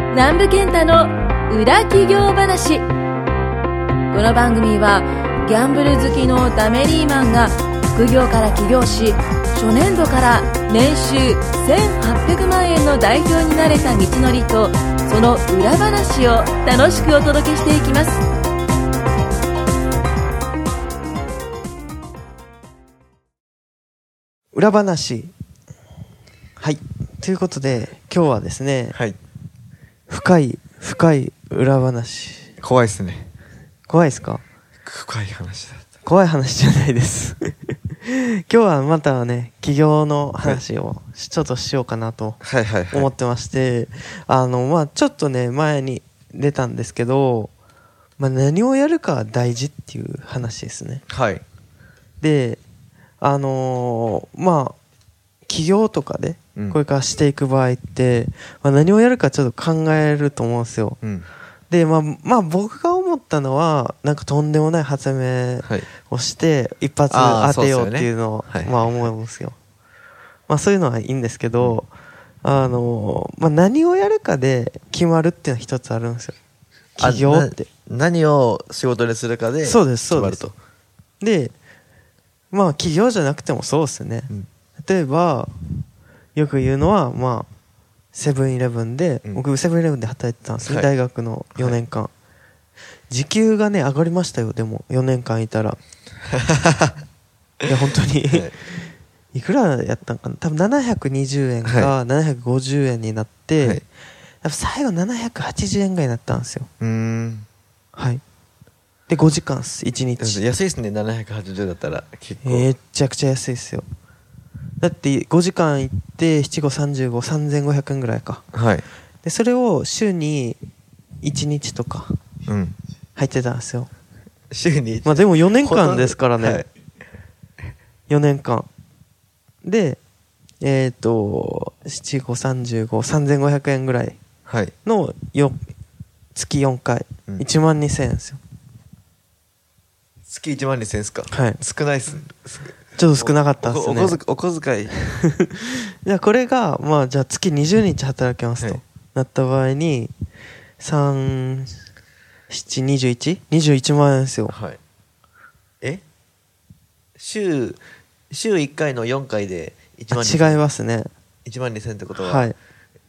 南部健太の裏企業話。この番組はギャンブル好きのダメリーマンが副業から起業し、初年度から年収1800万円の代表になれた道のりと、その裏話を楽しくお届けしていきます。 裏話。はい、ということで今日はですね、 はい、 深い裏話。 怖いですね。 怖いですか？ 深い話だった。 怖い話じゃないです今日はまたね、起業の話をちょっとしようかなと思ってまして、ちょっとね前に出たんですけど、何をやるか大事っていう話ですね。 はい。 で、起業とかでこれからしていく場合って、何をやるかちょっと考えると思うんですよ。で、僕が思ったのは、なんかとんでもない発明をして一発当てようっていうのを思うんですよ。そういうのはいいんですけど、何をやるかで決まるっていうのは一つあるんですよ。起業って。 何を仕事にするかで決まると。 で、起業じゃなくてもそうですね。例えば、よく言うのは、セブンイレブンで、僕セブンイレブンで働いてたんですね、大学の4年間。時給がね、上がりましたよ、でも、4年間いたら。いや、本当に。いくらやったんかな、多分720円が750円になって、最後780円ぐらいになったんですよ。はい。で、5時間っす、1日。 安いですね、780だったら。結構。 めちゃくちゃ安いですよ。だって5時間行って7、5、35、3500円ぐらいか。 はい。 で、それを週に1日とか入ってたんですよ。 週にでも4年間ですからね。はい、4年間。で、7、5、35、3500円ぐらいの月4回、12000円ですよ。 月12000円ですか？ はい。 少ないっす。 ちょっと少なかったっすね。 お小遣い。 じゃあこれが、じゃあ月20日働けますと、なった場合に、3、7、21?21 万円ですよ。 はい。週1回の4回で1万2000円。 違いますね。 1万2000円ってことは、 はい。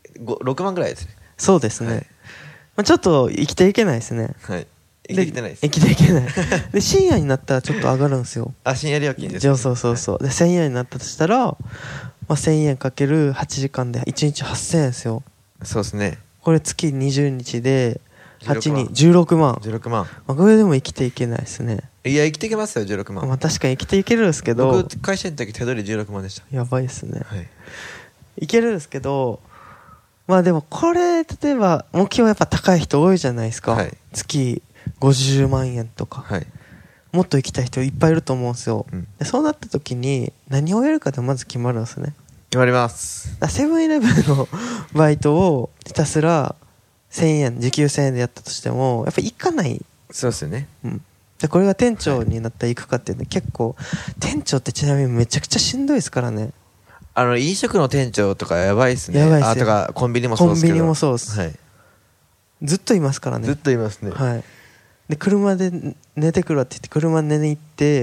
6万ぐらいですね。 そうですね。ちょっと生きていけないですね。 はい。生きていけないです。 生きていけない。で、深夜になったらちょっと上がるんですよ。 深夜料金ですね。 そう。で、1000円になったとしたら、1000円かける8時間で1日8000円ですよ。 そうですね。 これ月20日で、8に16万。 16万。 これでも生きていけないですね。 いや、生きていけますよ、16万。 確かに生きていけるんですけど。 僕、会社の時手取り16万でした。 やばいですね。 はい。 いけるんですけど、でもこれ、例えば、目標やっぱ高い人多いじゃないですか。はい、月50万円とか。はい。もっと行きたい人いっぱいいると思うんですよ。でそうなった時に、何をやるかでまず決まるんですね。 決まります。 セブンイレブンのバイトをひたすら1000円、時給1000円でやったとしても、やっぱり行かない。 そうですよね。 でこれが店長になったら行くかっていうのは結構、店長ってちなみにめちゃくちゃしんどいですからね。 飲食の店長とかやばいっすね。 やばいっすよ。 とかコンビニもそうですけど。 コンビニもそうです。はい。ずっといますからね。 ずっといますね。 はい。で、車で寝てくるって言って、車で寝に行って、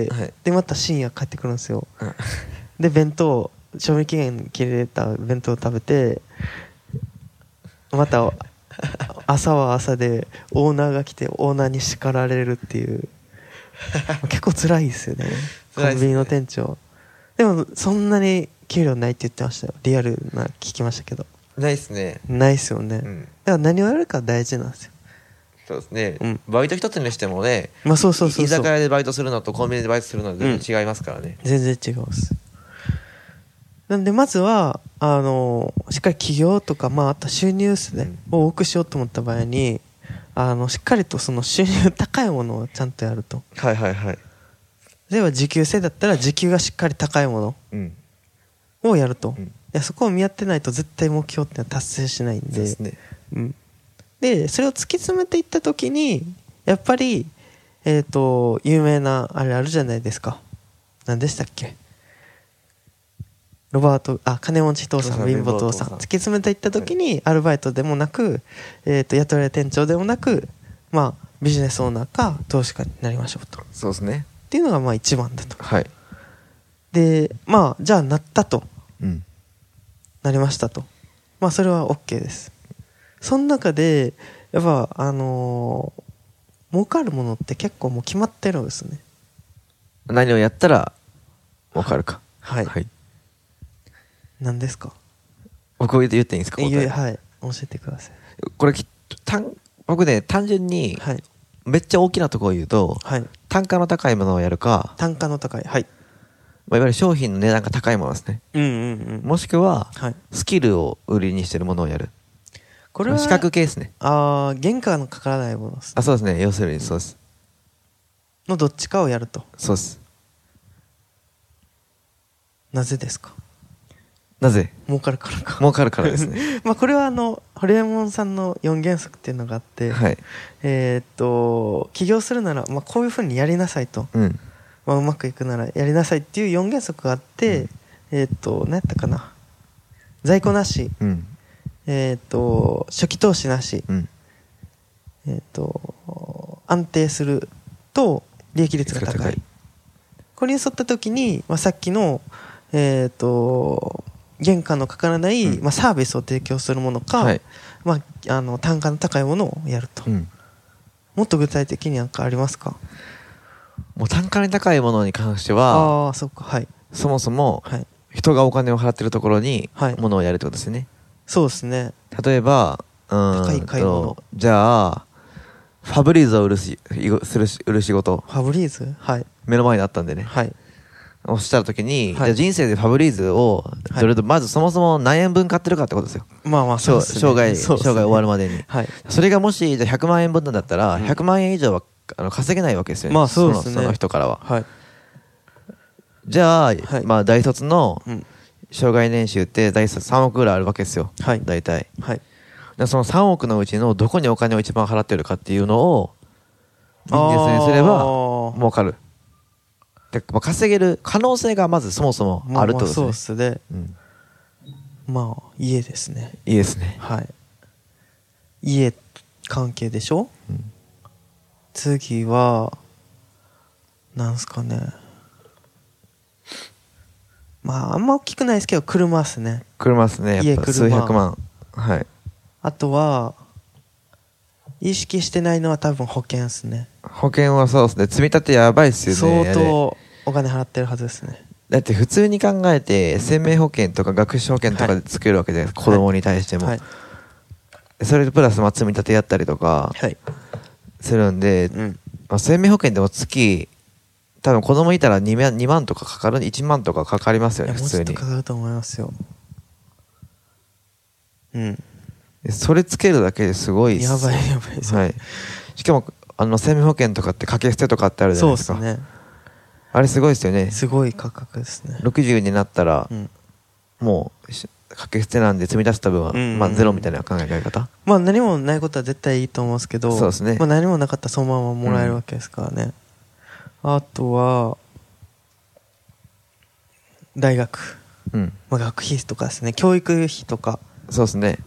で、また深夜帰ってくるんですよ。で、賞味期限切れた弁当を食べて、また、朝は朝で、オーナーが来て、オーナーに叱られるっていう。結構辛いですよね。コンビニの店長。でも、そんなに給料ないって言ってましたよ。リアルな聞きましたけど。 ないっすね。 ないっすよね。だから何をやるか大事なんですよ。 そうですね。バイト一つにしてもね、 そう。 居酒屋でバイトするのとコンビニでバイトするのは全然違いますからね。 全然違います。なんで、まずは、しっかり起業とか、あと収入ですね、を多くしようと思った場合に、しっかりとその収入高いものをちゃんとやると。 はい。 例えば時給制だったら時給がしっかり高いものをやると。そこを見合ってないと絶対目標ってのは達成しないんで。そうですね。で、それを突き詰めていったときに、やっぱり、有名な、あれあるじゃないですか。何でしたっけ？ 金持ち父さん貧乏父さん突き詰めていった時にアルバイトでもなく、雇われ店長でもなく、まあビジネスオーナーか投資家になりましょうと。 そうですね。 っていうのがまあ一番だと。 はい。 で、まあじゃあなったと、なりましたと。まあそれは OK です。その中でやっぱ儲かるものって結構もう決まってるんですね。 何をやったら儲かるか。 はい。はい。何ですか？ 僕言っていいんですか？ はい。教えてください。 これ僕ね、単純に、めっちゃ大きなところを言うと、はい、単価の高いものをやるか、 単価の高い。はい。 いわゆる商品の値段が高いものですね。もしくは、スキルを売りにしてるものをやる。これは資格系ですね。 原価のかからないものです、 ね。そうですね。要するにそうです。 のどっちかをやると。 そうです。 なぜですか？ なぜ？ 儲かるからか。 儲かるからですね。 まあこれはホリエモンさんの4原則っていうのがあって、はい、起業するなら、まあ、こういうふうにやりなさいと、まあ、うまくいくならやりなさいっていう4原則があって、何やったかな、在庫なし、初期投資なし、安定すると利益率が高い。これに沿った時に、まあ、さっきの原価のかからない、まあ、サービスを提供するものか、はい、まあ、単価の高いものをやると、もっと具体的に何かありますか？ もう単価に高いものに関しては、 そうか、はい、 そもそも、人がお金を払ってるところにものをやるってことですね。 そうですね。 例えば高い買い物、 じゃあファブリーズを売る仕事、 ファブリーズ、はい、 目の前にあったんでね、はい、をした時に、はい、人生でファブリーズをまずそもそも何円分買ってるかってことですよ。 まあまあそうですね。 生涯終わるまでに、はい、それがもしじゃあ100万円分なんだったら、100万円以上は稼げないわけですよね。 まあそうですね。 その人からは、 はい、 じゃあ、はい、まあ大卒の生涯年収って大卒3億ぐらいあるわけですよ、はい、大体、はい、その3億のうちのどこにお金を一番払ってるかっていうのをビジネスにすれば儲かる。で、まあ、稼げる可能性がまずそもそもあるってことですね。 そうですね。まあ家ですね。 家ですね。 はい。家関係でしょ。次はなんすかね。まああんま大きくないですけど車ですね。 車ですね。やっぱ数百万。はい。 あとは意識してないのは多分保険ですね。 保険はそうですね。積み立てやばいっすよね。 相当お金払ってるはずですね。 だって普通に考えて生命保険とか学資保険とかで作るわけで、子供に対しても、はい、それでプラス積み立てやったりとかするんで、まあ、生命保険でも月多分子供いたら2万とかかかる、1万とかかかりますよね。普通にもうちょっとかかると思いますよ。 それつけるだけですごいやばいです、 はい、しかも生命保険とかって掛け捨てとかってあるじゃないですか。 そうですね。 あれすごいですよね。 すごい価格ですね。 60になったら、もう掛け捨てなんで積み出した分は、まあ、ゼロみたいな考え方。 まあ何もないことは絶対いいと思うんですけど、 そうですね。 まあ、何もなかったらそのままもらえるわけですからね。あとは大学、まあ、学費とかですね。教育費とか。 そうですね。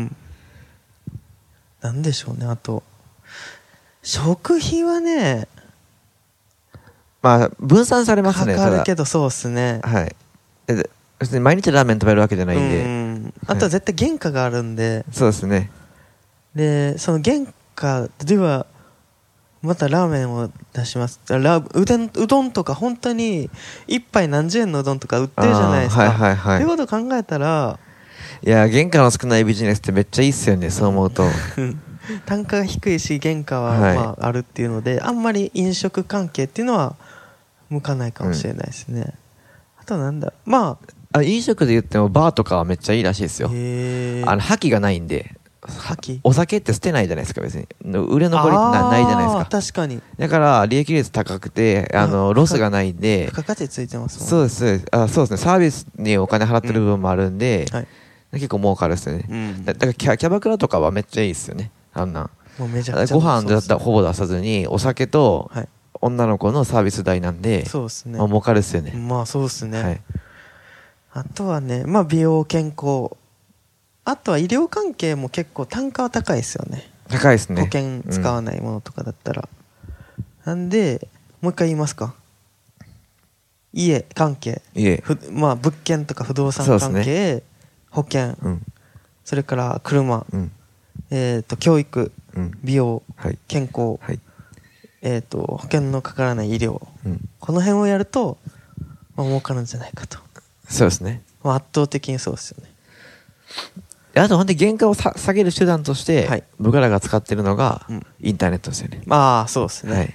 なんでしょうね。あと食費はね、 まあ分散されますね。 かかるけどそうですね。 はい。別に毎日ラーメン食べるわけじゃないんで。 あとは絶対原価があるんで。 そうですね。 でその原価例えばまたラーメンを出します。うどんとか本当に一杯何十円のうどんとか売ってるじゃないですか。っていうことを考えたら、 いや原価の少ないビジネスってめっちゃいいっすよね。そう思うと単価が低いし原価はまああるっていうので、あんまり飲食関係っていうのは向かないかもしれないですね。あとなんだ、まあ飲食で言ってもバーとかはめっちゃいいらしいですよ。破棄がないんで。お酒って捨てないじゃないですか。別に売れ残りってないじゃないですか。 確かに。 だから利益率高くてロスがないんで。 付加価値ついてますもん。 そうです。そうですね。サービスにお金払ってる部分もあるんで、結構儲かるですよね。だからキャバクラとかはめっちゃいいですよね。あんなもうめちゃくちゃご飯だったらほぼ出さずにお酒と女の子のサービス代なんで、 そうですね。 儲かるですよね。 まあそうですね。 あとはね、まあ美容健康、あとは医療関係も結構単価は高いですよね。 高いですね。 保険使わないものとかだったら、なんでもう一回言いますか。家関係、まあ物件とか不動産関係、ね、保険、それから車、教育、美容、健康、保険のかからない医療、この辺をやると、まあ、儲かるんじゃないかと。 そうですね。 まあ、圧倒的にそうですよね。 あとほんで原価を下げる手段として、僕らが使ってるのがインターネットですよね。 まあそうですね。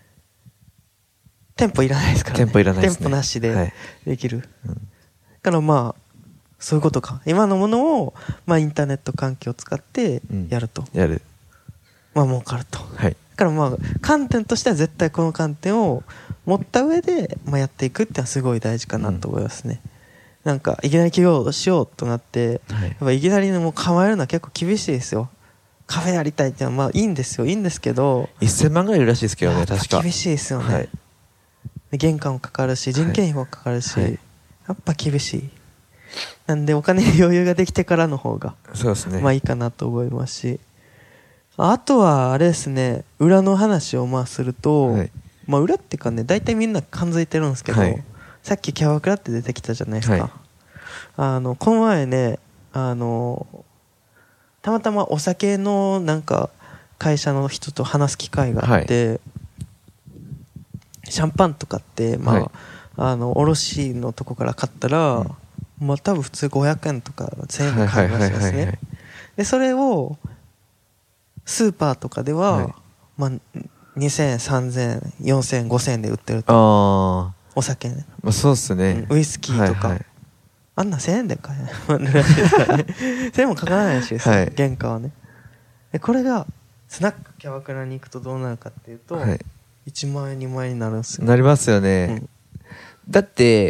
店舗いらないですからね。 店舗いらないですね。 店舗なしでできる。だからまあそういうことか。今のものをまあインターネット環境を使ってやると。 やる。 まあ儲かると。だからまあ観点としては絶対この観点を持った上でまあやっていくってのはすごい大事かなと思いますね。なんかいきなり起業しようとなって、やっぱいきなりもう構えるのは結構厳しいですよ。カフェやりたいっていうのはまあいいんですよ。いいんですけど。 1000万ぐらいいるらしいですけどね、確か。 厳しいですよね。玄関もかかるし、人件費もかかるし、やっぱ厳しい。なんでお金に余裕ができてからの方が、 そうですね。 まあいいかなと思いますし。あとはあれですね、裏の話をまあすると、まあ裏っていうかね、大体みんな感づいてるんですけど、さっきキャバクラって出てきたじゃないですか。この前ね、たまたまお酒のなんか会社の人と話す機会があって、シャンパンとかって、まあ、卸のとこから買ったら、まあ多分普通500円とか1000円で買えるらしいですね。で、それを、スーパーとかでは、まあ、2000円、3000円、4000円、5000円で売ってると。お酒ね。 まあそうっすね。 ウイスキーとか。あんな1000円で買えるらしいですからね。1000円もかからないらしいですよ、原価はね。で、これが、スナックキャバクラに行くとどうなるかっていうと、1万円、2万円になるんですよ。 なりますよね。だって、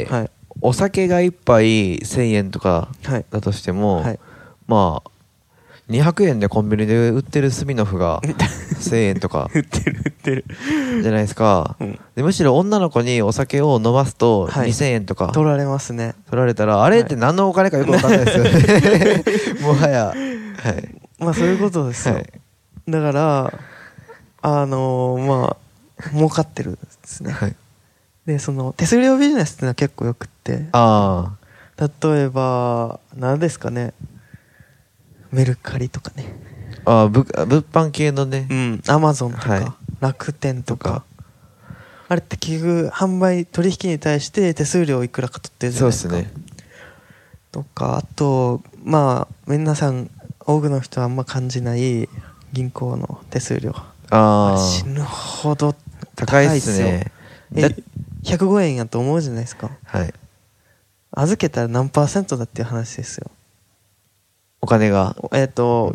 お酒が1杯1000円とかだとしても、まあ、200円でコンビニで売ってるスミノフが1000円とか売ってるじゃないですか、でむしろ女の子にお酒を飲ますと2000円とか、 取られますね。 取られたらあれって何のお金かよく分かんないですよねもはや、 まあそういうことですよ、だからまあ儲かってるんですね、でその手数料ビジネスってのは結構よくって、例えば何ですかね、メルカリとかね、 物販系のね、 アマゾンとか、楽天とか、あれって結局販売取引に対して手数料いくらか取ってるじゃないですか。そうですね。とか、あとまあ皆さん多くの人はあんま感じない銀行の手数料、死ぬほど高いですね。105円やと思うじゃないですか。預けたら何%だっていう話ですよ。 お金が貯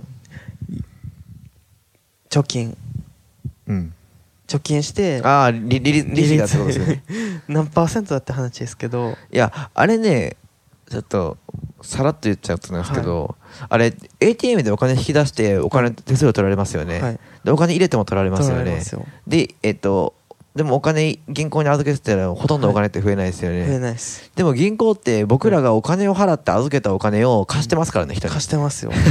金、貯金して利子だってことですよね何%だって話ですけど、 いやあれね、ちょっとさらっと言っちゃうとなんですけど、あれ ATM でお金引き出してお金手数料取られますよね、でお金入れても取られますよね。ででもお金銀行に預けてたらほとんどお金って増えないですよね。 増えないです。 でも銀行って僕らがお金を払って預けたお金を貸してますからね、人に。 貸してますよ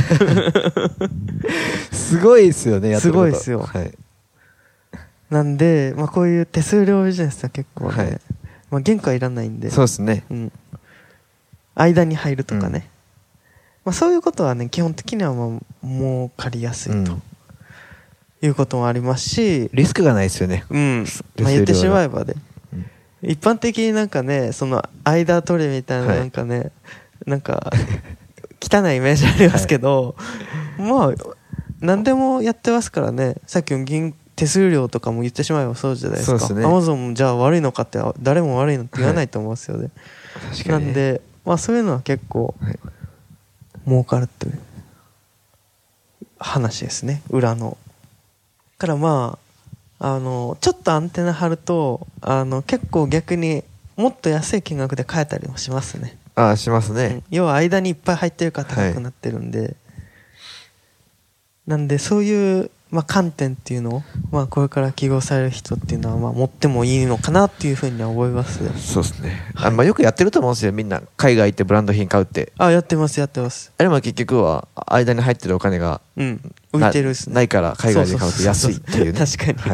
すごいですよね、やってること。 すごいですよ。なんで、まあこういう手数料ビジネスは結構ね、まあ原価いらないんで。 そうですね。 間に入るとかね。まあそういうことはね、基本的にはもう儲かりやすいと。いうこともありますし、 リスクがないですよね。 まあ言ってしまえばで、一般的になんかね、その間取れみたいななんかね、なんか汚いイメージありますけど、まあ何でもやってますからね。さっきの手数料とかも言ってしまえばそうじゃないですか。アマゾンもじゃあ悪いのかって誰も悪いのって言わないと思うんですよね。なんでまあそういうのは結構儲かるっていう話ですね、裏の。からまあちょっとアンテナ張ると結構逆にもっと安い金額で買えたりもしますね。 しますね。 要は間にいっぱい入ってるから高くなってるんで、なんでそういう観点っていうのを、これから起業される人っていうのは、持ってもいいのかなっていうふうには思います。 そうですね。よくやってると思うんですよ、みんな。海外行ってブランド品買うって。 やってます。あれも結局は、間に入ってるお金が、 浮いてるっすね。 ないから海外で買うと安いっていうね。 確かに。はい。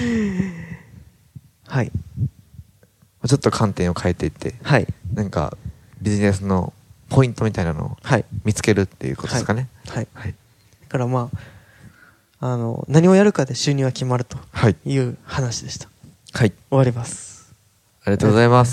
はい。 ちょっと観点を変えていって、 はい。 なんか、ビジネスのポイントみたいなのを見つけるっていうことですかね。 はい。だから何をやるかで収入は決まるという話でした。はい。終わります。 ありがとうございます。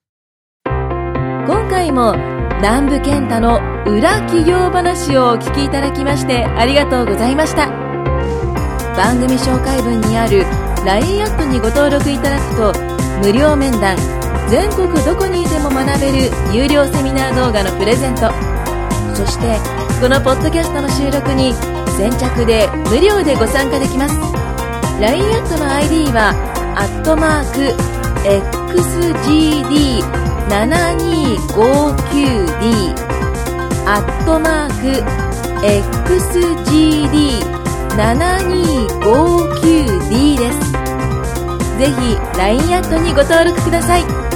今回も南部健太の裏企業話をお聞きいただきましてありがとうございました。番組紹介文にある LINE アットにご登録いただくと無料面談、全国どこにいても学べる有料セミナー動画のプレゼント、そしてこのポッドキャストの収録に先着で無料でご参加できます。 LINE アットの ID は@XGD7259D@XGD7259D です。ぜひ LINE アットにご登録ください。